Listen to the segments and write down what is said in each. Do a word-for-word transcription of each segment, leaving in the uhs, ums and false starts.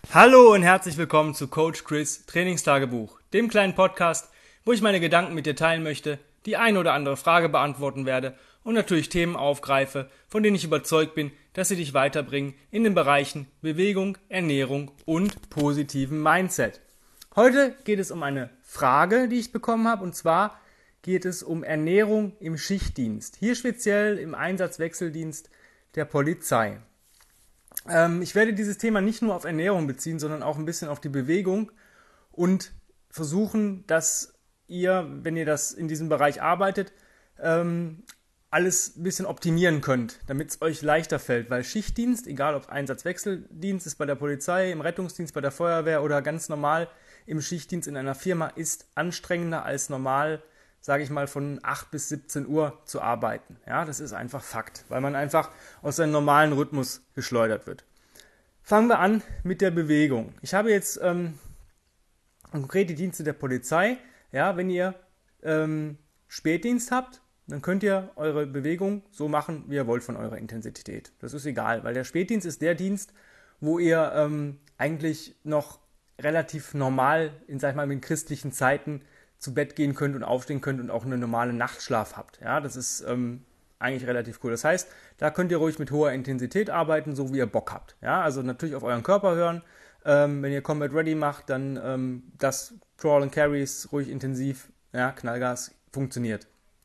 Hallo und herzlich willkommen zu Coach Chris Trainingstagebuch, dem kleinen Podcast, wo ich meine Gedanken mit dir teilen möchte, die ein oder andere Frage beantworten werde und natürlich Themen aufgreife, von denen ich überzeugt bin, dass sie dich weiterbringen in den Bereichen Bewegung, Ernährung und positiven Mindset. Heute geht es um eine Frage, die ich bekommen habe, und zwar geht es um Ernährung im Schichtdienst, hier speziell im Einsatzwechseldienst der Polizei. Ähm, ich werde dieses Thema nicht nur auf Ernährung beziehen, sondern auch ein bisschen auf die Bewegung und versuchen, dass ihr, wenn ihr das in diesem Bereich arbeitet, ähm, alles ein bisschen optimieren könnt, damit es euch leichter fällt, weil Schichtdienst, egal ob Einsatzwechseldienst ist bei der Polizei, im Rettungsdienst, bei der Feuerwehr oder ganz normal im Schichtdienst in einer Firma, ist anstrengender als normal, sage ich mal, von acht bis siebzehn Uhr zu arbeiten. Ja, das ist einfach Fakt, weil man einfach aus seinem normalen Rhythmus geschleudert wird. Fangen wir an mit der Bewegung. Ich habe jetzt ähm, konkrete Dienste der Polizei. Ja, wenn ihr ähm, Spätdienst habt, dann könnt ihr eure Bewegung so machen, wie ihr wollt von eurer Intensität. Das ist egal, weil der Spätdienst ist der Dienst, wo ihr ähm, eigentlich noch relativ normal in, sag ich mal, in christlichen Zeiten zu Bett gehen könnt und aufstehen könnt und auch einen normalen Nachtschlaf habt. Ja, das ist ähm, eigentlich relativ cool. Das heißt, da könnt ihr ruhig mit hoher Intensität arbeiten, so wie ihr Bock habt. Ja, also natürlich auf euren Körper hören. Ähm, wenn ihr Combat Ready macht, dann ähm, das Crawl and Carries ruhig intensiv, ja, Knallgas, funktioniert.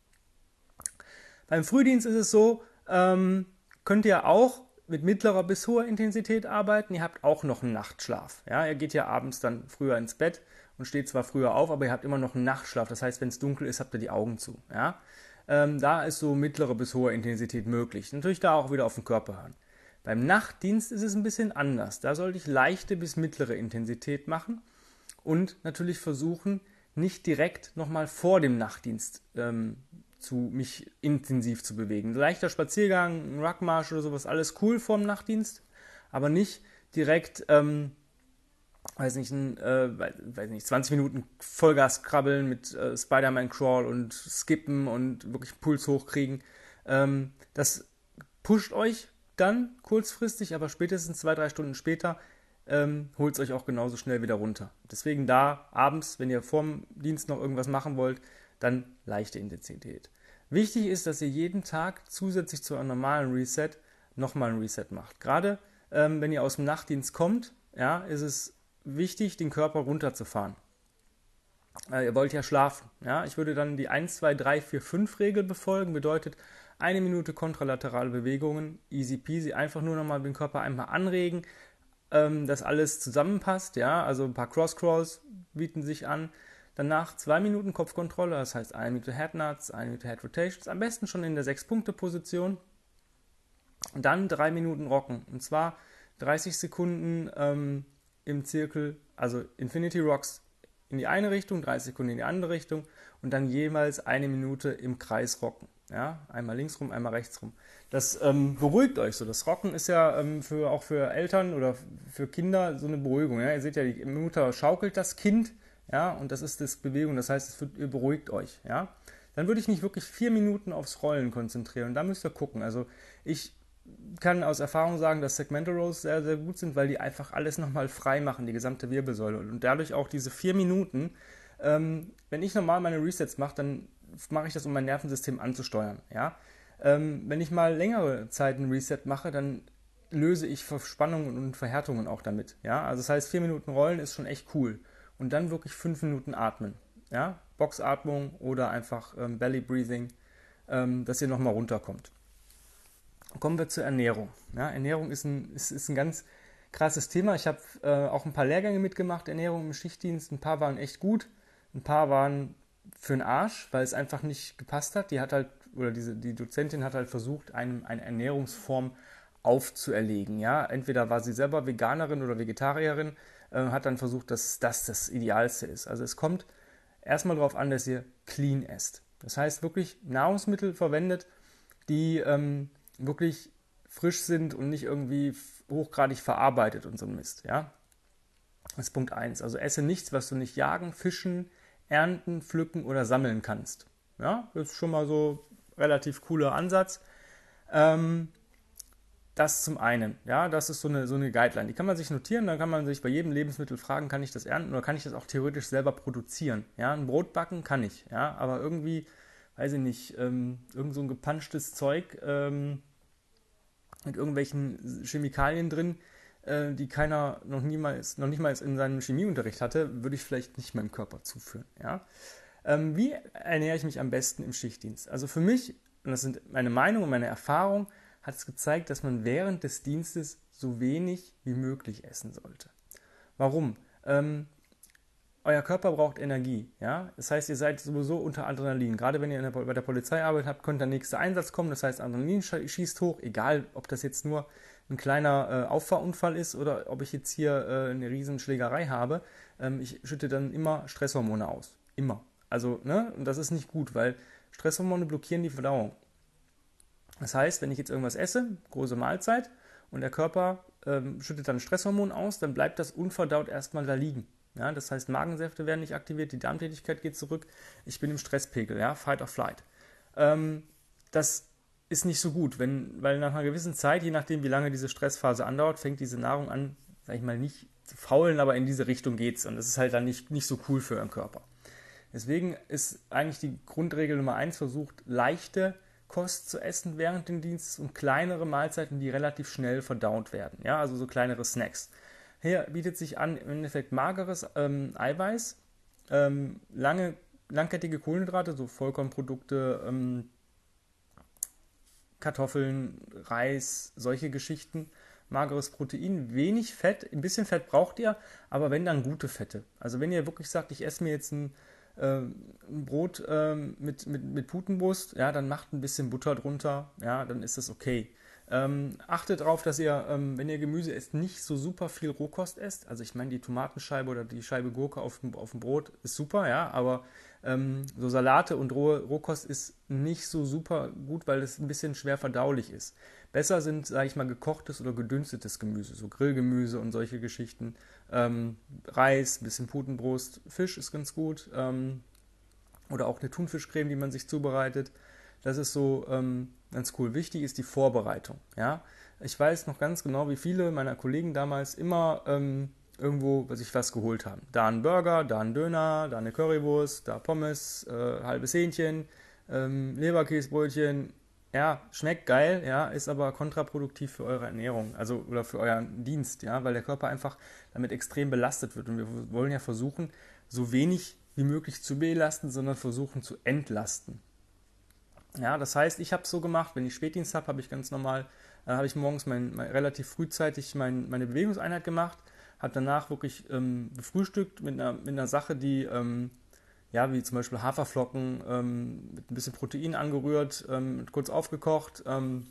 Beim Frühdienst ist es so, ähm, könnt ihr auch mit mittlerer bis hoher Intensität arbeiten. Ihr habt auch noch einen Nachtschlaf. Ja, ihr geht ja abends dann früher ins Bett und steht zwar früher auf, aber ihr habt immer noch einen Nachtschlaf. Das heißt, wenn es dunkel ist, habt ihr die Augen zu. Ja? Ähm, da ist so mittlere bis hohe Intensität möglich. Natürlich da auch wieder auf den Körper hören. Beim Nachtdienst ist es ein bisschen anders. Da sollte ich leichte bis mittlere Intensität machen und natürlich versuchen, nicht direkt nochmal vor dem Nachtdienst ähm, zu mich intensiv zu bewegen. Ein leichter Spaziergang, ein Ruckmarsch oder sowas, alles cool vorm Nachtdienst, aber nicht direkt, ähm, weiß nicht, ein, äh, weiß nicht, zwanzig Minuten Vollgas krabbeln mit äh, Spider-Man-Crawl und skippen und wirklich Puls hochkriegen. Ähm, das pusht euch dann kurzfristig, aber spätestens zwei, drei Stunden später ähm, holt es euch auch genauso schnell wieder runter. Deswegen da abends, wenn ihr vorm Dienst noch irgendwas machen wollt, dann leichte Intensität. Wichtig ist, dass ihr jeden Tag zusätzlich zu einem normalen Reset nochmal ein Reset macht. Gerade ähm, wenn ihr aus dem Nachtdienst kommt, ja, ist es wichtig, den Körper runterzufahren. Äh, ihr wollt ja schlafen. Ja? Ich würde dann die eins, zwei, drei, vier, fünf Regel befolgen. Bedeutet eine Minute kontralaterale Bewegungen, easy peasy, einfach nur nochmal den Körper einmal anregen, ähm, dass alles zusammenpasst. Ja? Also ein paar Cross-Crawls bieten sich an. Danach zwei Minuten Kopfkontrolle, das heißt eine Minute Head Nuts, eine Minute Head Rotations, am besten schon in der sechs Punkte Position. Und dann drei Minuten Rocken. Und zwar dreißig Sekunden ähm, im Zirkel, also Infinity Rocks in die eine Richtung, dreißig Sekunden in die andere Richtung und dann jeweils eine Minute im Kreis rocken. Ja? Einmal links rum, einmal rechts rum. Das ähm, beruhigt euch so. Das Rocken ist ja ähm, für, auch für Eltern oder für Kinder so eine Beruhigung. Ja? Ihr seht ja, die Mutter schaukelt das Kind. Ja, und das ist das Bewegung, das heißt, es wird, ihr beruhigt euch. Ja? Dann würde ich mich wirklich vier Minuten aufs Rollen konzentrieren und da müsst ihr gucken. Also ich kann aus Erfahrung sagen, dass Segmental Rows sehr, sehr gut sind, weil die einfach alles nochmal frei machen, die gesamte Wirbelsäule. Und dadurch auch diese vier Minuten, ähm, wenn ich normal meine Resets mache, dann mache ich das, um mein Nervensystem anzusteuern. Ja? Ähm, wenn ich mal längere Zeit ein Reset mache, dann löse ich Verspannungen und Verhärtungen auch damit. Ja? Also das heißt, vier Minuten Rollen ist schon echt cool. Und dann wirklich fünf Minuten atmen. Ja? Boxatmung oder einfach ähm, Belly Breathing, ähm, dass ihr nochmal runterkommt. Kommen wir zur Ernährung. Ja, Ernährung ist ein, ist, ist ein ganz krasses Thema. Ich habe äh, auch ein paar Lehrgänge mitgemacht, Ernährung im Schichtdienst. Ein paar waren echt gut, ein paar waren für den Arsch, weil es einfach nicht gepasst hat. Die hat halt, oder diese, die Dozentin hat halt versucht, einem eine Ernährungsform aufzuerlegen. Ja? Entweder war sie selber Veganerin oder Vegetarierin, äh, hat dann versucht, dass das das Idealste ist. Also es kommt erstmal darauf an, dass ihr clean esst. Das heißt wirklich Nahrungsmittel verwendet, die ähm, wirklich frisch sind und nicht irgendwie hochgradig verarbeitet und so ein Mist. Ja? Das ist Punkt eins. Also esse nichts, was du nicht jagen, fischen, ernten, pflücken oder sammeln kannst. Ja? Das ist schon mal so ein relativ cooler Ansatz. Ähm, Das zum einen, ja, das ist so eine, so eine Guideline. Die kann man sich notieren, dann kann man sich bei jedem Lebensmittel fragen, kann ich das ernten oder kann ich das auch theoretisch selber produzieren? Ja, ein Brot backen kann ich, ja, aber irgendwie, weiß ich nicht, ähm, irgend so ein gepanschtes Zeug ähm, mit irgendwelchen Chemikalien drin, äh, die keiner noch niemals, noch nicht mal in seinem Chemieunterricht hatte, würde ich vielleicht nicht meinem Körper zuführen, ja. Ähm, wie ernähre ich mich am besten im Schichtdienst? Also für mich, und das sind meine Meinung und meine Erfahrung, hat es gezeigt, dass man während des Dienstes so wenig wie möglich essen sollte. Warum? Ähm, Euer Körper braucht Energie. Ja? Das heißt, ihr seid sowieso unter Adrenalin. Gerade wenn ihr in der, bei der Polizeiarbeit habt, könnte der nächste Einsatz kommen. Das heißt, Adrenalin schießt hoch, egal ob das jetzt nur ein kleiner äh, Auffahrunfall ist oder ob ich jetzt hier äh, eine riesen Schlägerei habe. Ähm, ich schütte dann immer Stresshormone aus. Immer. Also, ne? Und das ist nicht gut, weil Stresshormone blockieren die Verdauung. Das heißt, wenn ich jetzt irgendwas esse, große Mahlzeit, und der Körper ähm, schüttet dann Stresshormon aus, dann bleibt das unverdaut erstmal da liegen. Ja, das heißt, Magensäfte werden nicht aktiviert, die Darmtätigkeit geht zurück, ich bin im Stresspegel, ja, Fight or Flight. Ähm, das ist nicht so gut, wenn, weil nach einer gewissen Zeit, je nachdem wie lange diese Stressphase andauert, fängt diese Nahrung an, sag ich mal, nicht zu faulen, aber in diese Richtung geht's. Und das ist halt dann nicht, nicht so cool für euren Körper. Deswegen ist eigentlich die Grundregel Nummer eins, versucht, leichte Kost zu essen während des Dienstes und kleinere Mahlzeiten, die relativ schnell verdaut werden. Ja, also so kleinere Snacks. Hier bietet sich an, im Endeffekt mageres ähm, Eiweiß, ähm, lange, langkettige Kohlenhydrate, so Vollkornprodukte, ähm, Kartoffeln, Reis, solche Geschichten. Mageres Protein, wenig Fett, ein bisschen Fett braucht ihr, aber wenn dann gute Fette. Also wenn ihr wirklich sagt, ich esse mir jetzt ein, äh, ein Brot äh, mit, mit, mit Putenbrust, ja, dann macht ein bisschen Butter drunter, ja, dann ist das okay. Ähm, achtet darauf, dass ihr, ähm, wenn ihr Gemüse esst, nicht so super viel Rohkost esst. Also ich meine, die Tomatenscheibe oder die Scheibe Gurke auf dem, auf dem Brot ist super, ja, aber ähm, so Salate und rohe Rohkost ist nicht so super gut, weil es ein bisschen schwer verdaulich ist. Besser sind, sage ich mal, gekochtes oder gedünstetes Gemüse, so Grillgemüse und solche Geschichten. Ähm, Reis, bisschen Putenbrust, Fisch ist ganz gut. Ähm, oder auch eine Thunfischcreme, die man sich zubereitet. Das ist so ähm, ganz cool. Wichtig ist die Vorbereitung. Ja? Ich weiß noch ganz genau, wie viele meiner Kollegen damals immer ähm, irgendwo sich was geholt haben. Da ein Burger, da ein Döner, da eine Currywurst, da Pommes, äh, halbes Hähnchen, ähm, Leberkäsebrötchen. Ja, schmeckt geil, ja, ist aber kontraproduktiv für eure Ernährung, also oder für euren Dienst, ja, weil der Körper einfach damit extrem belastet wird. Und wir wollen ja versuchen, so wenig wie möglich zu belasten, sondern versuchen zu entlasten. Ja, das heißt, ich habe es so gemacht, wenn ich Spätdienst habe, habe ich ganz normal, äh, habe ich morgens mein, mein, relativ frühzeitig mein, meine Bewegungseinheit gemacht, habe danach wirklich ähm, gefrühstückt mit einer, mit einer Sache, die, ähm, ja, wie zum Beispiel Haferflocken ähm, mit ein bisschen Protein angerührt, ähm, kurz aufgekocht. Ähm,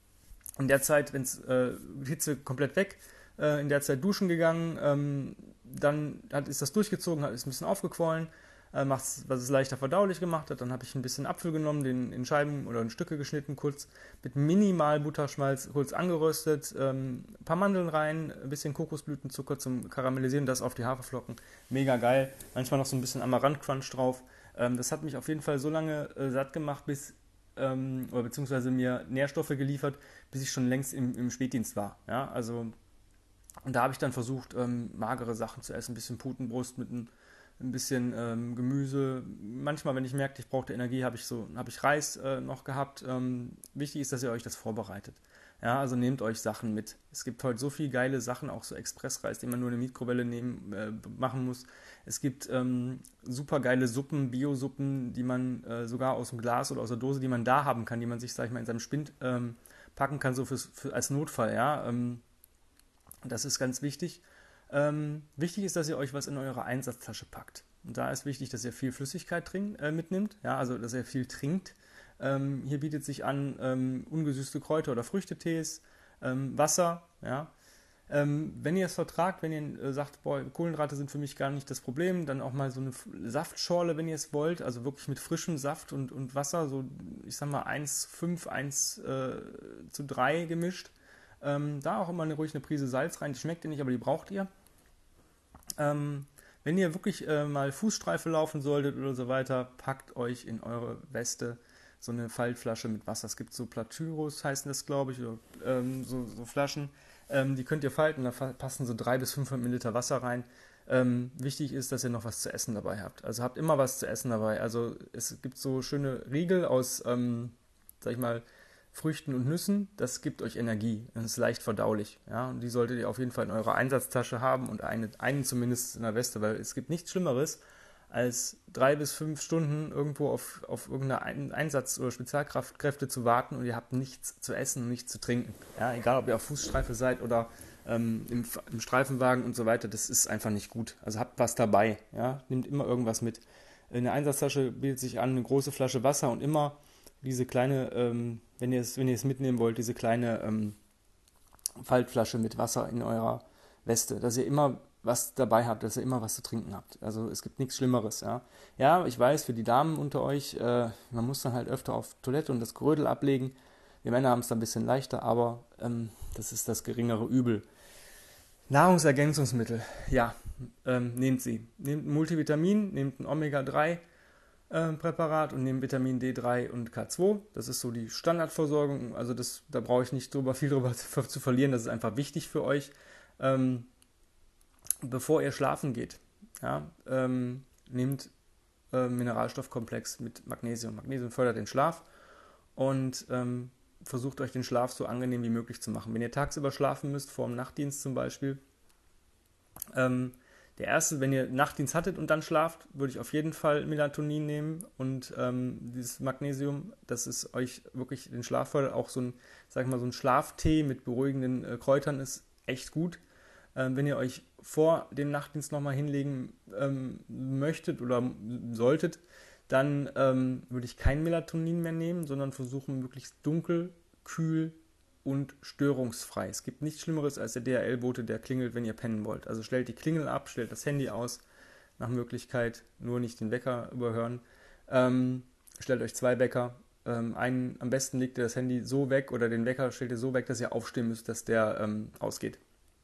in der Zeit, wenn es äh, Hitze komplett weg, äh, in der Zeit duschen gegangen, ähm, dann hat, ist das durchgezogen, hat, ist ein bisschen aufgequollen, äh, macht's, was es leichter verdaulich gemacht hat. Dann habe ich ein bisschen Apfel genommen, den in Scheiben oder in Stücke geschnitten, kurz mit minimal Butterschmalz kurz angeröstet, ähm, ein paar Mandeln rein, ein bisschen Kokosblütenzucker zum Karamellisieren, das auf die Haferflocken. Mega geil. Manchmal noch so ein bisschen Amaranth-Crunch drauf. Ähm, das hat mich auf jeden Fall so lange äh, satt gemacht, bis ähm, oder beziehungsweise mir Nährstoffe geliefert, bis ich schon längst im, im Spätdienst war. Ja, also und da habe ich dann versucht, ähm, magere Sachen zu essen, ein bisschen Putenbrust mit ein, ein bisschen ähm, Gemüse. Manchmal, wenn ich merkte, ich brauchte Energie, habe ich so, habe ich Reis äh, noch gehabt. Ähm, wichtig ist, dass ihr euch das vorbereitet. Ja, also nehmt euch Sachen mit. Es gibt heute so viele geile Sachen, auch so Expressreis, den man nur in eine Mikrowelle nehmen, äh, machen muss. Es gibt ähm, super geile Suppen, Biosuppen, die man äh, sogar aus dem Glas oder aus der Dose, die man da haben kann, die man sich, sag ich mal, in seinem Spind ähm, packen kann, so fürs, für, als Notfall. Ja, ähm, das ist ganz wichtig. Ähm, wichtig ist, dass ihr euch was in eure Einsatztasche packt. Und da ist wichtig, dass ihr viel Flüssigkeit trink, äh, mitnimmt, ja, also dass ihr viel trinkt. Ähm, hier bietet sich an ähm, ungesüßte Kräuter- oder Früchtetees, ähm, Wasser. Ja. Ähm, wenn ihr es vertragt, wenn ihr äh, sagt, boah, Kohlenhydrate sind für mich gar nicht das Problem, dann auch mal so eine Saftschorle, wenn ihr es wollt, also wirklich mit frischem Saft und, und Wasser, so ich sag mal eins Komma fünf, eins äh, zu drei gemischt. Ähm, da auch immer eine, ruhig eine Prise Salz rein, die schmeckt ihr nicht, aber die braucht ihr. Ähm, wenn ihr wirklich äh, mal Fußstreife laufen solltet oder so weiter, packt euch in eure Weste so eine Faltflasche mit Wasser. Es gibt so Platyros, heißen das, glaube ich, oder ähm, so, so Flaschen. Ähm, die könnt ihr falten, da passen so dreihundert bis fünfhundert Milliliter Wasser rein. Ähm, wichtig ist, dass ihr noch was zu essen dabei habt. Also habt immer was zu essen dabei. Also es gibt so schöne Riegel aus, ähm, sag ich mal, Früchten und Nüssen. Das gibt euch Energie. Das ist leicht verdaulich. Ja? Und die solltet ihr auf jeden Fall in eurer Einsatztasche haben und eine, einen zumindest in der Weste, weil es gibt nichts Schlimmeres, als drei bis fünf Stunden irgendwo auf, auf irgendeine Einsatz- oder Spezialkräfte zu warten und ihr habt nichts zu essen und nichts zu trinken. Ja, egal, ob ihr auf Fußstreife seid oder ähm, im, im Streifenwagen und so weiter, das ist einfach nicht gut. Also habt was dabei. Ja? Nehmt immer irgendwas mit. In der Einsatztasche bietet sich an eine große Flasche Wasser und immer diese kleine, ähm, wenn ihr es wenn ihr es mitnehmen wollt, diese kleine ähm, Faltflasche mit Wasser in eurer Weste, dass ihr immer was dabei habt, dass ihr immer was zu trinken habt. Also es gibt nichts Schlimmeres. Ja, ja, ich weiß, für die Damen unter euch, äh, man muss dann halt öfter auf Toilette und das Gerödel ablegen. Wir Männer haben es dann ein bisschen leichter, aber ähm, das ist das geringere Übel. Nahrungsergänzungsmittel, ja, ähm, nehmt sie. Nehmt ein Multivitamin, nehmt ein Omega drei Präparat und nehmt Vitamin D drei und K zwei. Das ist so die Standardversorgung. Also das, da brauche ich nicht drüber, viel drüber zu, zu verlieren. Das ist einfach wichtig für euch. Ähm, bevor ihr schlafen geht, ja, ähm, nehmt äh, Mineralstoffkomplex mit Magnesium. Magnesium fördert den Schlaf und ähm, versucht euch den Schlaf so angenehm wie möglich zu machen. Wenn ihr tagsüber schlafen müsst, vor dem Nachtdienst zum Beispiel, ähm, der erste, wenn ihr Nachtdienst hattet und dann schlaft, würde ich auf jeden Fall Melatonin nehmen und ähm, dieses Magnesium, das ist euch wirklich den Schlaf fördert. Auch so ein, sag ich mal, so ein Schlaftee mit beruhigenden äh, Kräutern ist echt gut. Ähm, wenn ihr euch vor dem Nachtdienst nochmal hinlegen ähm, möchtet oder solltet, dann ähm, würde ich kein Melatonin mehr nehmen, sondern versuchen, möglichst dunkel, kühl und störungsfrei. Es gibt nichts Schlimmeres als der D H L-Bote, der klingelt, wenn ihr pennen wollt. Also stellt die Klingel ab, stellt das Handy aus, nach Möglichkeit nur nicht den Wecker überhören. Ähm, stellt euch zwei Wecker. Ähm, einen, am besten legt ihr das Handy so weg oder den Wecker stellt ihr so weg, dass ihr aufstehen müsst, dass der ähm, ausgeht.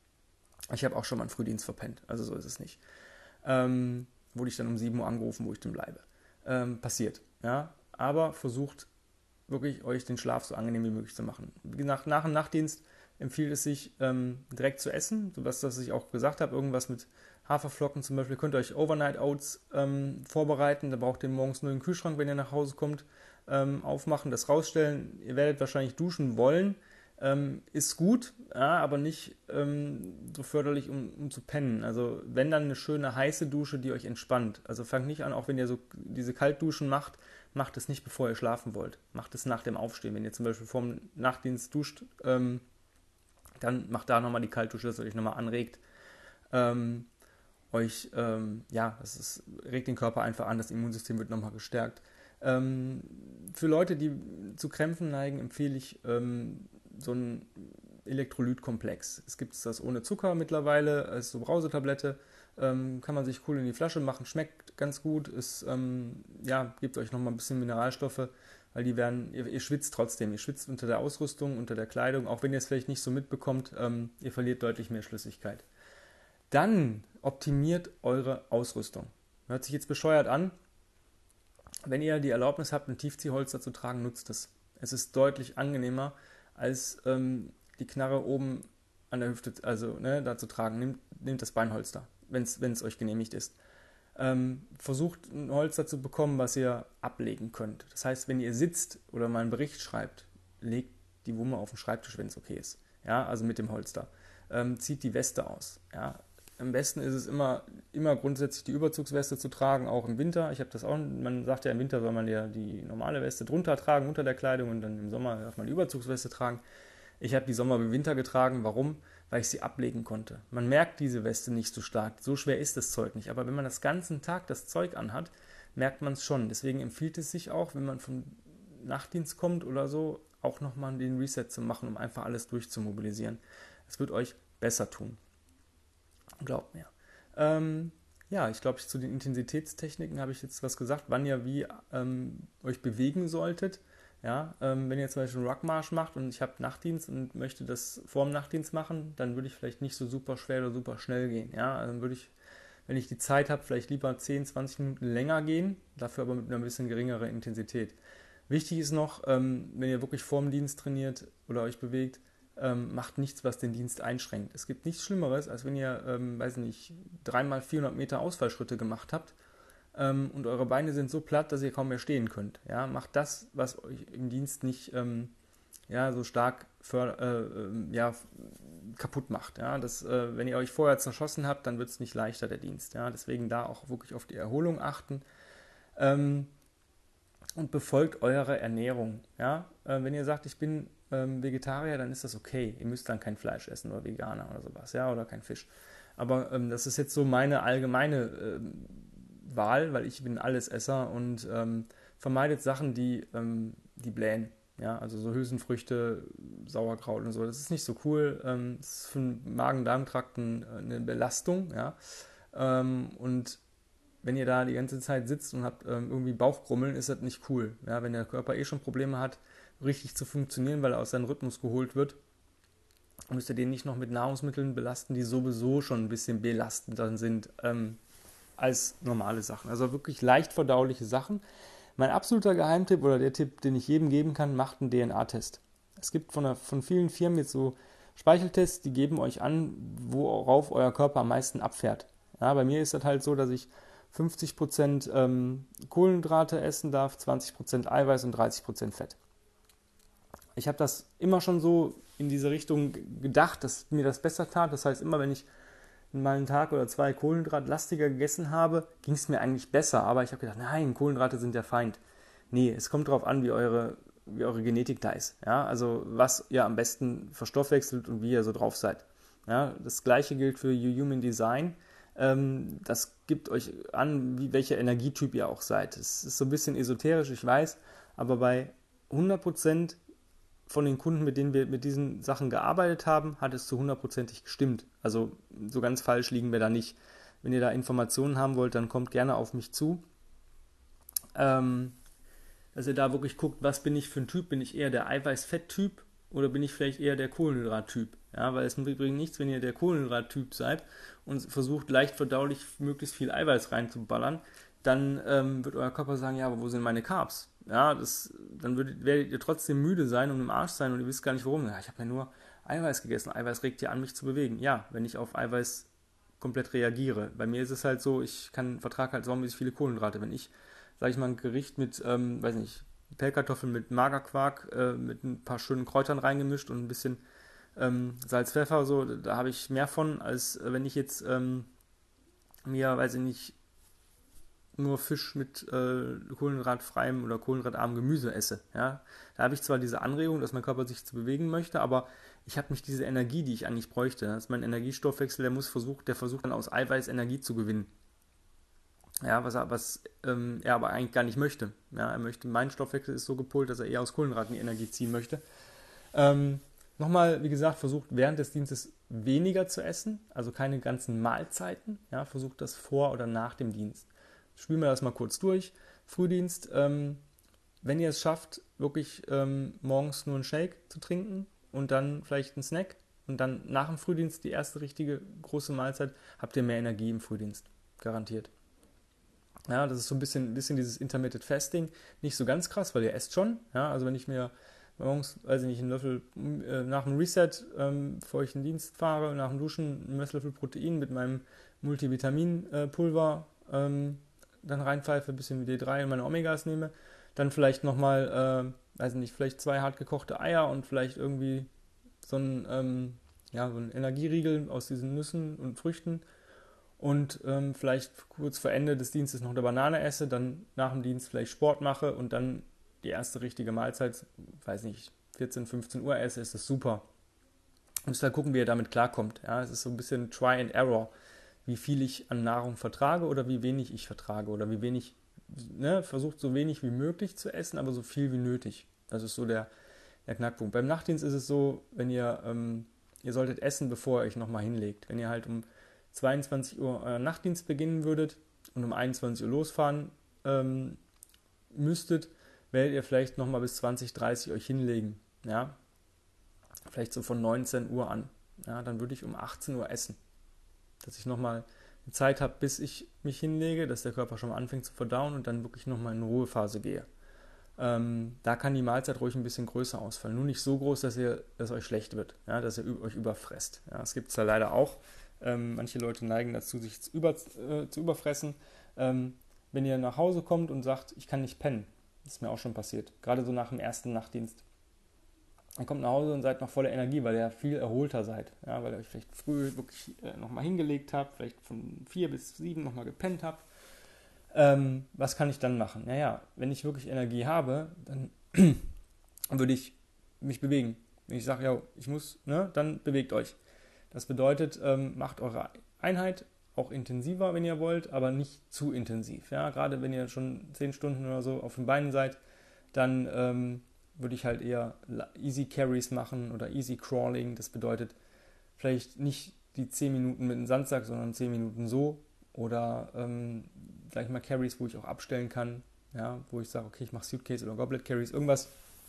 Ich habe auch schon mal einen Frühdienst verpennt, also so ist es nicht. Ähm, wurde ich dann um sieben Uhr angerufen, wo ich dann bleibe. Ähm, passiert, ja. Aber versucht wirklich euch den Schlaf so angenehm wie möglich zu machen. Nach, nach dem Nachtdienst empfiehlt es sich, ähm, direkt zu essen, sodass das ich auch gesagt habe, irgendwas mit Haferflocken zum Beispiel. Könnt ihr euch Overnight Oats ähm, vorbereiten, da braucht ihr morgens nur den Kühlschrank, wenn ihr nach Hause kommt, ähm, aufmachen, das rausstellen. Ihr werdet wahrscheinlich duschen wollen, ähm, ist gut, ja, aber nicht ähm, so förderlich, um, um zu pennen. Also wenn, dann eine schöne heiße Dusche, die euch entspannt. Also fangt nicht an, auch wenn ihr so diese Kaltduschen macht, macht es nicht, bevor ihr schlafen wollt. Macht es nach dem Aufstehen. Wenn ihr zum Beispiel vorm Nachtdienst duscht, ähm, dann macht da nochmal die Kaltdusche, dass ihr euch nochmal anregt. Ähm, euch, ähm, ja, das ist, regt den Körper einfach an, das Immunsystem wird nochmal gestärkt. Ähm, für Leute, die zu Krämpfen neigen, empfehle ich ähm, so einen Elektrolytkomplex. Es gibt das ohne Zucker mittlerweile als so Brausetablette. Ähm, kann man sich cool in die Flasche machen, schmeckt ganz gut. Es ähm, ja, gibt euch nochmal ein bisschen Mineralstoffe, weil die werden, ihr, ihr schwitzt trotzdem. Ihr schwitzt unter der Ausrüstung, unter der Kleidung, auch wenn ihr es vielleicht nicht so mitbekommt, ähm, ihr verliert deutlich mehr Flüssigkeit. Dann optimiert eure Ausrüstung. Hört sich jetzt bescheuert an. Wenn ihr die Erlaubnis habt, ein Tiefziehholster zu tragen, nutzt es. Es ist deutlich angenehmer, als ähm, die Knarre oben an der Hüfte, also ne, da zu tragen. Nehmt, nehmt das Beinholster, wenn es euch genehmigt ist. Ähm, versucht ein Holster zu bekommen, was ihr ablegen könnt. Das heißt, wenn ihr sitzt oder mal einen Bericht schreibt, legt die Wumme auf den Schreibtisch, wenn es okay ist. Ja, also mit dem Holster. Ähm, zieht die Weste aus. Ja, am besten ist es immer, immer grundsätzlich die Überzugsweste zu tragen, auch im Winter. Ich habe das auch, man sagt ja, im Winter soll man ja die normale Weste drunter tragen, unter der Kleidung, und dann im Sommer darf man die Überzugsweste tragen. Ich habe die Sommer wie Winter getragen. Warum? Weil ich sie ablegen konnte. Man merkt diese Weste nicht so stark. So schwer ist das Zeug nicht. Aber wenn man das ganzen Tag das Zeug anhat, merkt man es schon. Deswegen empfiehlt es sich auch, wenn man vom Nachtdienst kommt oder so, auch nochmal den Reset zu machen, um einfach alles durchzumobilisieren. Es wird euch besser tun. Glaubt mir. Ähm, ja, ich glaube, zu den Intensitätstechniken habe ich jetzt was gesagt, wann ihr wie ähm, euch bewegen solltet. Ja, ähm, wenn ihr zum Beispiel einen Ruckmarsch macht und ich habe Nachtdienst und möchte das vor dem Nachtdienst machen, dann würde ich vielleicht nicht so super schwer oder super schnell gehen. Ja, also dann würde ich, wenn ich die Zeit habe, vielleicht lieber zehn, zwanzig Minuten länger gehen, dafür aber mit einer bisschen geringeren Intensität. Wichtig ist noch, ähm, wenn ihr wirklich vorm Dienst trainiert oder euch bewegt, ähm, macht nichts, was den Dienst einschränkt. Es gibt nichts Schlimmeres, als wenn ihr, ähm, weiß nicht, dreimal vierhundert Meter Ausfallschritte gemacht habt ähm, und eure Beine sind so platt, dass ihr kaum mehr stehen könnt. Ja? Macht das, was euch im Dienst nicht ähm, ja, so stark für, äh, ja, kaputt macht. Ja? Das, äh, wenn ihr euch vorher zerschossen habt, dann wird es nicht leichter, der Dienst. Ja? Deswegen da auch wirklich auf die Erholung achten. Ähm, und befolgt eure Ernährung. Ja? Äh, wenn ihr sagt, ich bin ähm, Vegetarier, dann ist das okay. Ihr müsst dann kein Fleisch essen oder Veganer oder sowas, ja, oder kein Fisch. Aber ähm, das ist jetzt so meine allgemeine ähm, Wahl, weil ich bin Allesesser und ähm, vermeidet Sachen, die, ähm, die blähen. Ja, also so Hülsenfrüchte, Sauerkraut und so. Das ist nicht so cool. Ähm, das ist für den Magen-Darm-Trakt eine Belastung. Ja? Ähm, und wenn ihr da die ganze Zeit sitzt und habt ähm, irgendwie Bauchgrummeln, ist das nicht cool. Ja, wenn der Körper eh schon Probleme hat, richtig zu funktionieren, weil er aus seinem Rhythmus geholt wird, müsst ihr den nicht noch mit Nahrungsmitteln belasten, die sowieso schon ein bisschen belastender sind ähm, als normale Sachen. Also wirklich leicht verdauliche Sachen. Mein absoluter Geheimtipp oder der Tipp, den ich jedem geben kann, macht einen D N A-Test. Es gibt von, der, von vielen Firmen jetzt so Speicheltests, die geben euch an, worauf euer Körper am meisten abfährt. Ja, bei mir ist das halt so, dass ich fünfzig Prozent ähm, Kohlenhydrate essen darf, zwanzig Prozent Eiweiß und dreißig Prozent Fett. Ich habe das immer schon so in diese Richtung gedacht, dass mir das besser tat. Das heißt, immer wenn ich mal einen Tag oder zwei kohlenhydratlastiger gegessen habe, ging es mir eigentlich besser. Aber ich habe gedacht, nein, Kohlenhydrate sind der Feind. Nee, es kommt darauf an, wie eure, wie eure Genetik da ist. Ja? Also was ihr am besten verstoffwechselt und wie ihr so drauf seid. Ja? Das gleiche gilt für Your Human Design. Ähm, das gibt euch an, wie, welcher Energietyp ihr auch seid. Es ist so ein bisschen esoterisch, ich weiß, aber bei hundert Prozent von den Kunden, mit denen wir mit diesen Sachen gearbeitet haben, hat es zu hundertprozentig gestimmt. Also so ganz falsch liegen wir da nicht. Wenn ihr da Informationen haben wollt, dann kommt gerne auf mich zu. Ähm, dass ihr da wirklich guckt, was bin ich für ein Typ? Bin ich eher der Eiweiß-Fett-Typ oder bin ich vielleicht eher der Kohlenhydrat-Typ? Ja, weil es bringt nichts, wenn ihr der Kohlenhydrat-Typ seid und versucht leicht verdaulich möglichst viel Eiweiß reinzuballern, dann ähm, wird euer Körper sagen, ja, aber wo sind meine Carbs? Ja, das, dann würdet, werdet ihr trotzdem müde sein und im Arsch sein und ihr wisst gar nicht warum. Ja, ich habe ja nur Eiweiß gegessen. Eiweiß regt ja an, mich zu bewegen. Ja, wenn ich auf Eiweiß komplett reagiere. Bei mir ist es halt so, ich kann vertrage halt saumäßig viele Kohlenhydrate. Wenn ich, sage ich mal, ein Gericht mit, ähm, weiß nicht, Pellkartoffeln mit Magerquark, äh, mit ein paar schönen Kräutern reingemischt und ein bisschen ähm, Salz, Pfeffer, so, da habe ich mehr von, als äh, wenn ich jetzt ähm, mir, weiß ich nicht, nur Fisch mit äh, kohlenhydratfreiem oder kohlenhydratarmem Gemüse esse. Ja? Da habe ich zwar diese Anregung, dass mein Körper sich zu bewegen möchte, aber ich habe nicht diese Energie, die ich eigentlich bräuchte. Das ist mein Energiestoffwechsel, der muss versucht, der versucht dann aus Eiweiß Energie zu gewinnen. Ja, was, er, was ähm, er aber eigentlich gar nicht möchte. Ja, er möchte, mein Stoffwechsel ist so gepolt, dass er eher aus Kohlenhydraten die Energie ziehen möchte. Ähm, Nochmal, wie gesagt, versucht während des Dienstes weniger zu essen, also keine ganzen Mahlzeiten. Ja, versucht das vor oder nach dem Dienst. Spielen wir das mal kurz durch. Frühdienst, ähm, wenn ihr es schafft, wirklich ähm, morgens nur einen Shake zu trinken und dann vielleicht einen Snack und dann nach dem Frühdienst die erste richtige große Mahlzeit, habt ihr mehr Energie im Frühdienst. Garantiert. Ja, das ist so ein bisschen, bisschen dieses Intermittent Fasting. Nicht so ganz krass, weil ihr esst schon. Ja, also wenn ich mir morgens, weiß ich nicht, einen Löffel äh, nach dem Reset, ähm, bevor ich in den Dienst fahre, nach dem Duschen, einen Messlöffel Protein mit meinem Multivitaminpulver ähm, dann reinpfeife, ein bisschen D drei und meine Omegas nehme, dann vielleicht nochmal, äh, weiß nicht, vielleicht zwei hart gekochte Eier und vielleicht irgendwie so ein, ähm, ja, so ein Energieriegel aus diesen Nüssen und Früchten und ähm, vielleicht kurz vor Ende des Dienstes noch eine Banane esse, dann nach dem Dienst vielleicht Sport mache und dann die erste richtige Mahlzeit, weiß nicht, vierzehn, fünfzehn Uhr esse, ist das super. Müsst halt gucken, wie ihr damit klarkommt. Ja, es ist so ein bisschen Try and Error, wie viel ich an Nahrung vertrage oder wie wenig ich vertrage oder wie wenig, ne, versucht so wenig wie möglich zu essen, aber so viel wie nötig. Das ist so der, der Knackpunkt. Beim Nachtdienst ist es so, wenn ihr, ähm, ihr solltet essen, bevor ihr euch nochmal hinlegt. Wenn ihr halt um zweiundzwanzig Uhr euren Nachtdienst beginnen würdet und um einundzwanzig Uhr losfahren ähm, müsstet, werdet ihr vielleicht nochmal bis zwanzig, dreißig euch hinlegen. Ja? Vielleicht so von neunzehn Uhr an. Ja, dann würde ich um achtzehn Uhr essen. Dass ich nochmal Zeit habe, bis ich mich hinlege, dass der Körper schon mal anfängt zu verdauen und dann wirklich nochmal in eine Ruhephase gehe. Ähm, da kann die Mahlzeit ruhig ein bisschen größer ausfallen. Nur nicht so groß, dass ihr, dass euch schlecht wird, ja, dass ihr euch überfresst. Ja, das gibt es da leider auch. Ähm, manche Leute neigen dazu, sich zu, über, äh, zu überfressen. Ähm, wenn ihr nach Hause kommt und sagt, ich kann nicht pennen, das ist mir auch schon passiert, gerade so nach dem ersten Nachtdienst. Dann kommt nach Hause und seid noch voller Energie, weil ihr viel erholter seid. Ja, weil ihr euch vielleicht früh wirklich äh, nochmal hingelegt habt, vielleicht von vier bis sieben nochmal gepennt habt. Ähm, was kann ich dann machen? Naja, wenn ich wirklich Energie habe, dann würde ich mich bewegen. Wenn ich sage, ja, ich muss, ne, dann bewegt euch. Das bedeutet, ähm, macht eure Einheit auch intensiver, wenn ihr wollt, aber nicht zu intensiv. Ja? Gerade wenn ihr schon zehn Stunden oder so auf den Beinen seid, dann ähm, würde ich halt eher Easy Carries machen oder Easy Crawling. Das bedeutet vielleicht nicht die zehn Minuten mit dem Sandsack, sondern zehn Minuten so. Oder ähm, gleich mal Carries, wo ich auch abstellen kann. Ja? Wo ich sage, okay, ich mache Suitcase oder Goblet Carries. Irgendwas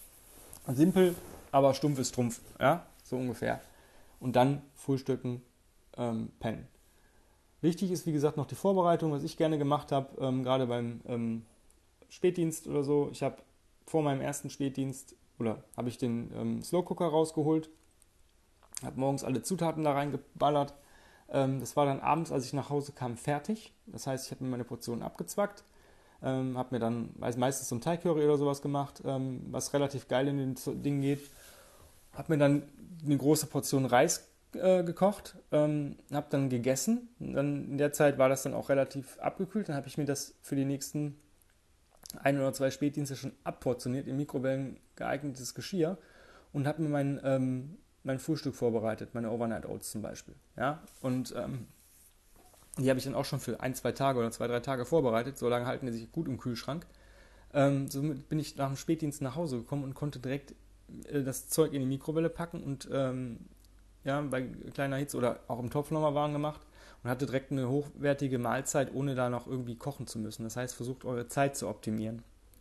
simpel, aber stumpf ist Trumpf. Ja? So ungefähr. Und dann frühstücken, ähm, pennen. Wichtig ist, wie gesagt, noch die Vorbereitung, was ich gerne gemacht habe, ähm, gerade beim ähm, Spätdienst oder so. Ich habe vor meinem ersten Spätdienst, oder habe ich den ähm, Slow Cooker rausgeholt, habe morgens alle Zutaten da reingeballert. Ähm, das war dann abends, als ich nach Hause kam, fertig. Das heißt, ich habe mir meine Portionen abgezwackt, ähm, habe mir dann meistens so ein Thai-Curry oder sowas gemacht, ähm, was relativ geil in den Ding geht. Habe mir dann eine große Portion Reis äh, gekocht, ähm, habe dann gegessen. Dann in der Zeit war das dann auch relativ abgekühlt. Dann habe ich mir das für die nächsten ein oder zwei Spätdienste schon abportioniert in Mikrowellen geeignetes Geschirr und habe mir mein, ähm, mein Frühstück vorbereitet, meine Overnight Oats zum Beispiel. Ja? Und ähm, die habe ich dann auch schon für ein, zwei Tage oder zwei, drei Tage vorbereitet. So lange halten die sich gut im Kühlschrank. Ähm, somit bin ich nach dem Spätdienst nach Hause gekommen und konnte direkt das Zeug in die Mikrowelle packen und ähm, ja, bei kleiner Hitze oder auch im Topf nochmal warm gemacht und hatte direkt eine hochwertige Mahlzeit, ohne da noch irgendwie kochen zu müssen. Das heißt, versucht eure Zeit zu optimieren.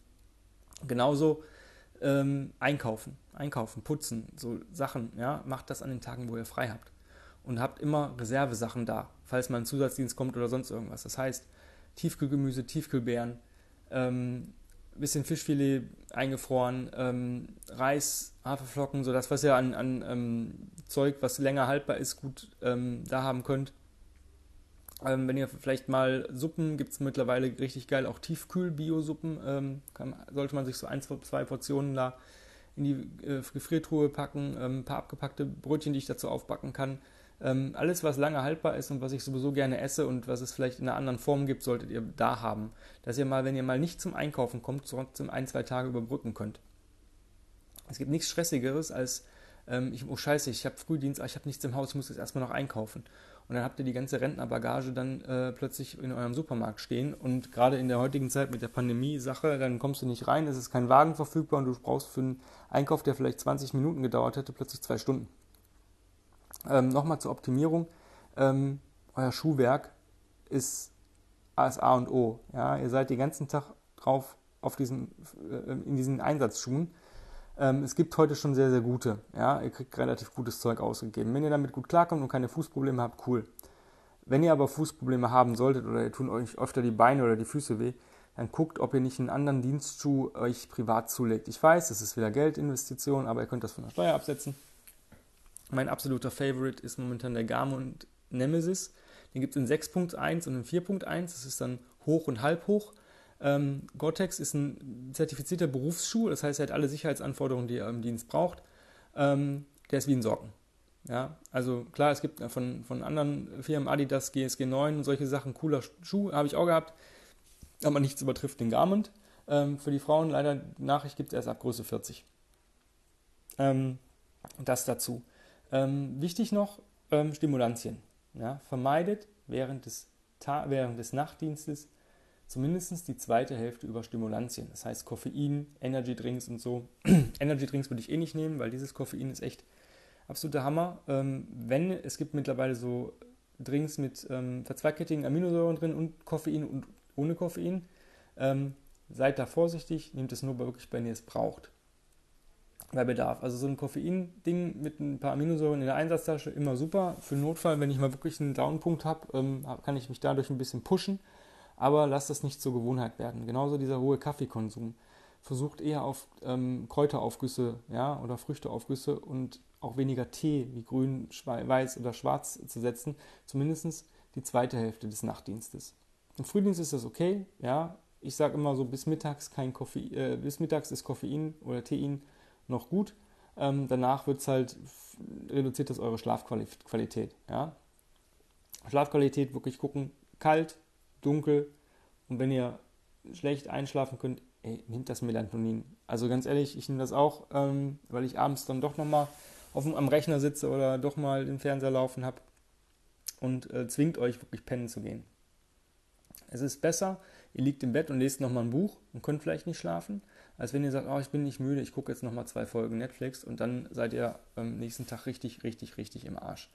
Genauso ähm, einkaufen, einkaufen, putzen, so Sachen, ja, macht das an den Tagen, wo ihr frei habt. Und habt immer Reservesachen da, falls mal ein Zusatzdienst kommt oder sonst irgendwas. Das heißt, Tiefkühlgemüse, Tiefkühlbeeren, ähm, bisschen Fischfilet eingefroren, ähm, Reis, Haferflocken, so das, was ihr an, an ähm, Zeug, was länger haltbar ist, gut ähm, da haben könnt. Ähm, wenn ihr vielleicht mal Suppen, gibt es mittlerweile richtig geil auch Tiefkühl-Bio-Suppen, ähm, kann, sollte man sich so ein, zwei Portionen da in die äh, Gefriertruhe packen, ähm, ein paar abgepackte Brötchen, die ich dazu aufbacken kann. Ähm, alles, was lange haltbar ist und was ich sowieso gerne esse und was es vielleicht in einer anderen Form gibt, solltet ihr da haben. Dass ihr mal, wenn ihr mal nicht zum Einkaufen kommt, trotzdem ein, zwei Tage überbrücken könnt. Es gibt nichts Stressigeres als, ähm, ich, oh scheiße, ich habe Frühdienst, ich habe nichts im Haus, ich muss jetzt erstmal noch einkaufen. Und dann habt ihr die ganze Rentnerbagage dann äh, plötzlich in eurem Supermarkt stehen. Und gerade in der heutigen Zeit mit der Pandemie-Sache, dann kommst du nicht rein, es ist kein Wagen verfügbar und du brauchst für einen Einkauf, der vielleicht zwanzig Minuten gedauert hätte, plötzlich zwei Stunden. Ähm, Nochmal zur Optimierung. Ähm, euer Schuhwerk ist das A und O. Ja? Ihr seid den ganzen Tag drauf auf diesen, äh, in diesen Einsatzschuhen. Ähm, es gibt heute schon sehr, sehr gute. Ja? Ihr kriegt relativ gutes Zeug ausgegeben. Wenn ihr damit gut klarkommt und keine Fußprobleme habt, cool. Wenn ihr aber Fußprobleme haben solltet oder ihr tun euch öfter die Beine oder die Füße weh, dann guckt, ob ihr nicht einen anderen Dienstschuh euch privat zulegt. Ich weiß, das ist wieder Geldinvestition, aber ihr könnt das von der Steuer absetzen. Mein absoluter Favorite ist momentan der Garmin Nemesis. Den gibt es in sechs Punkt eins und in vier Punkt eins. Das ist dann hoch und halb hoch. Ähm, Gore-Tex ist ein zertifizierter Berufsschuh. Das heißt, er hat alle Sicherheitsanforderungen, die ihr im Dienst braucht. Ähm, der ist wie ein Socken. Ja, also klar, es gibt von, von anderen Firmen Adidas, G S G neun und solche Sachen, cooler Schuh, habe ich auch gehabt. Aber nichts übertrifft den Garmin. Ähm, für die Frauen leider, die Nachricht gibt es erst ab Größe vierzig. Ähm, das dazu. Ähm, wichtig noch, ähm, Stimulantien. Ja, vermeidet während des, Ta- während des Nachtdienstes zumindest die zweite Hälfte über Stimulantien. Das heißt Koffein, Energy Drinks und so. Energy Drinks würde ich eh nicht nehmen, weil dieses Koffein ist echt absoluter Hammer. Ähm, wenn, es gibt mittlerweile so Drinks mit ähm, verzweigkettigen Aminosäuren drin und Koffein und ohne Koffein. Ähm, seid da vorsichtig, nehmt es nur wirklich, wenn ihr es braucht. Bei Bedarf. Also so ein Koffein-Ding mit ein paar Aminosäuren in der Einsatztasche, immer super. Für den Notfall, wenn ich mal wirklich einen Downpunkt habe, ähm, kann ich mich dadurch ein bisschen pushen. Aber lasst das nicht zur Gewohnheit werden. Genauso dieser hohe Kaffeekonsum. versucht eher auf ähm, Kräuteraufgüsse, ja, oder Früchteaufgüsse und auch weniger Tee wie grün, weiß oder schwarz zu setzen, zumindest die zweite Hälfte des Nachtdienstes. Im Frühdienst ist das okay, ja. Ich sage immer so, bis mittags kein Koffein, äh, bis mittags ist Koffein oder Tein noch gut. Ähm, danach wird's halt, reduziert das eure Schlafqualität, ja. Schlafqualität wirklich gucken, kalt, dunkel, und wenn ihr schlecht einschlafen könnt, ey, nehmt das Melatonin. Also ganz ehrlich, ich nehme das auch, ähm, weil ich abends dann doch nochmal am Rechner sitze oder doch mal den Fernseher laufen habe, und äh, zwingt euch wirklich pennen zu gehen. Es ist besser, ihr liegt im Bett und lest nochmal ein Buch und könnt vielleicht nicht schlafen, als wenn ihr sagt, oh, ich bin nicht müde, ich gucke jetzt nochmal zwei Folgen Netflix, und dann seid ihr am nächsten Tag richtig, richtig, richtig im Arsch.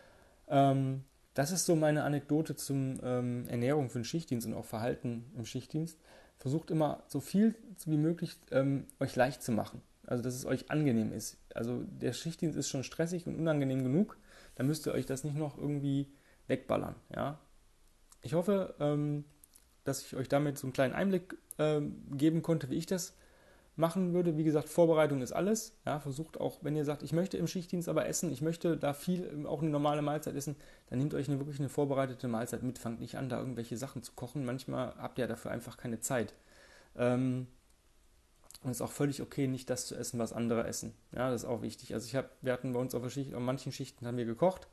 Ähm, das ist so meine Anekdote zum ähm, Ernährung für den Schichtdienst und auch Verhalten im Schichtdienst. Versucht immer so viel wie möglich ähm, euch leicht zu machen. Also dass es euch angenehm ist. Also der Schichtdienst ist schon stressig und unangenehm genug. Da müsst ihr euch das nicht noch irgendwie wegballern. Ja? Ich hoffe, ähm, dass ich euch damit so einen kleinen Einblick ähm, geben konnte, wie ich das machen würde. Wie gesagt, Vorbereitung ist alles. Ja, versucht auch, wenn ihr sagt, ich möchte im Schichtdienst aber essen, ich möchte da viel, auch eine normale Mahlzeit essen, dann nehmt euch eine, wirklich eine vorbereitete Mahlzeit mit. Fangt nicht an, da irgendwelche Sachen zu kochen. Manchmal habt ihr dafür einfach keine Zeit. Ähm, und es ist auch völlig okay, nicht das zu essen, was andere essen. Ja, das ist auch wichtig. Also ich habe, wir hatten bei uns auf, der Schicht, auf manchen Schichten haben wir gekocht.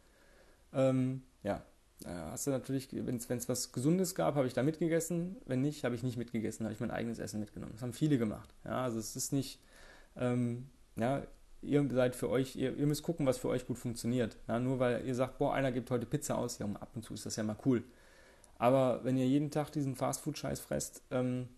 Ähm, ja, da hast du natürlich, wenn es was Gesundes gab, habe ich da mitgegessen. Wenn nicht, habe ich nicht mitgegessen, habe ich mein eigenes Essen mitgenommen. Das haben viele gemacht. Ja, also es ist nicht, ähm, ja, ihr seid für euch, ihr, ihr müsst gucken, was für euch gut funktioniert. Ja, nur weil ihr sagt, boah, einer gibt heute Pizza aus, ja, ab und zu ist das ja mal cool. Aber wenn ihr jeden Tag diesen Fastfood-Scheiß fresst, ähm,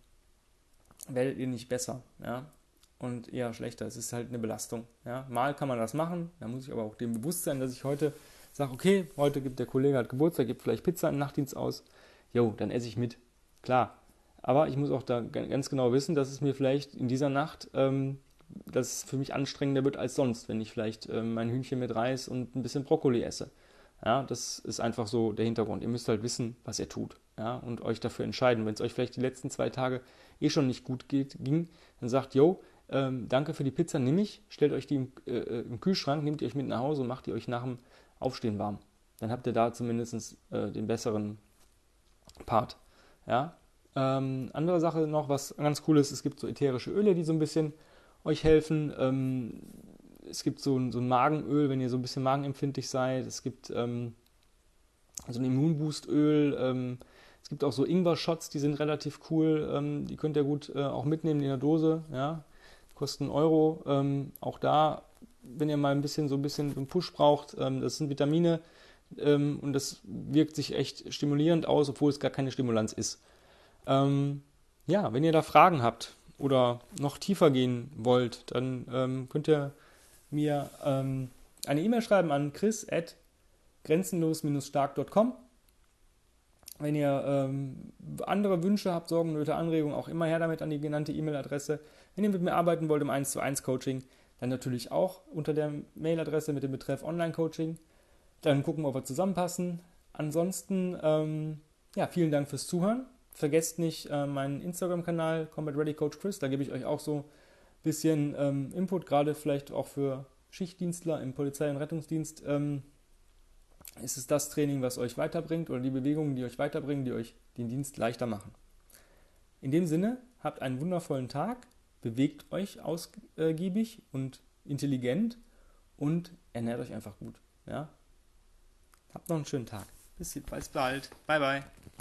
werdet ihr nicht besser, ja, und eher schlechter. Es ist halt eine Belastung. Ja. Mal kann man das machen, da muss ich aber auch dem bewusst sein, dass ich heute sage, okay, heute gibt der Kollege hat Geburtstag, gibt vielleicht Pizza im Nachtdienst aus, jo, dann esse ich mit, klar. Aber ich muss auch da ganz genau wissen, dass es mir vielleicht in dieser Nacht, ähm, dass es für mich anstrengender wird als sonst, wenn ich vielleicht ähm, mein Hühnchen mit Reis und ein bisschen Brokkoli esse. Ja, das ist einfach so der Hintergrund. Ihr müsst halt wissen, was ihr tut, ja, und euch dafür entscheiden. Wenn es euch vielleicht die letzten zwei Tage eh schon nicht gut geht, ging, dann sagt, yo, ähm, danke für die Pizza, nehme ich, stellt euch die im, äh, im Kühlschrank, nehmt die euch mit nach Hause und macht die euch nach dem Aufstehen warm. Dann habt ihr da zumindest äh, den besseren Part. Ja? Ähm, andere Sache noch, was ganz cool ist, es gibt so ätherische Öle, die so ein bisschen euch helfen. Ähm, es gibt so ein, so ein Magenöl, wenn ihr so ein bisschen magenempfindlich seid. Es gibt ähm, so ein Immunboostöl. Ähm, es gibt auch so Ingwer-Shots, die sind relativ cool. Ähm, die könnt ihr gut äh, auch mitnehmen in der Dose. Ja? Kosten einen Euro. Ähm, auch da, wenn ihr mal ein bisschen so ein bisschen einen Push braucht, ähm, das sind Vitamine, ähm, und das wirkt sich echt stimulierend aus, obwohl es gar keine Stimulanz ist. Ähm, ja, wenn ihr da Fragen habt oder noch tiefer gehen wollt, dann ähm, könnt ihr mir ähm, eine E-Mail schreiben an chris at grenzenlos stark punkt com. Wenn ihr ähm, andere Wünsche habt, Sorgen, Nöte, Anregungen, auch immer her damit an die genannte E-Mail-Adresse. Wenn ihr mit mir arbeiten wollt im eins zu eins Coaching, dann natürlich auch unter der Mailadresse mit dem Betreff Online-Coaching. Dann gucken wir, ob wir zusammenpassen. Ansonsten, ähm, ja, vielen Dank fürs Zuhören. Vergesst nicht äh, meinen Instagram-Kanal Combat Ready Coach Chris. Da gebe ich euch auch so ein bisschen ähm, Input, gerade vielleicht auch für Schichtdienstler im Polizei- und Rettungsdienst. Ähm, ist es das Training, was euch weiterbringt, oder die Bewegungen, die euch weiterbringen, die euch den Dienst leichter machen. In dem Sinne, habt einen wundervollen Tag, bewegt euch ausgiebig und intelligent und ernährt euch einfach gut. Ja? Habt noch einen schönen Tag. Bis bald. Bye, bye.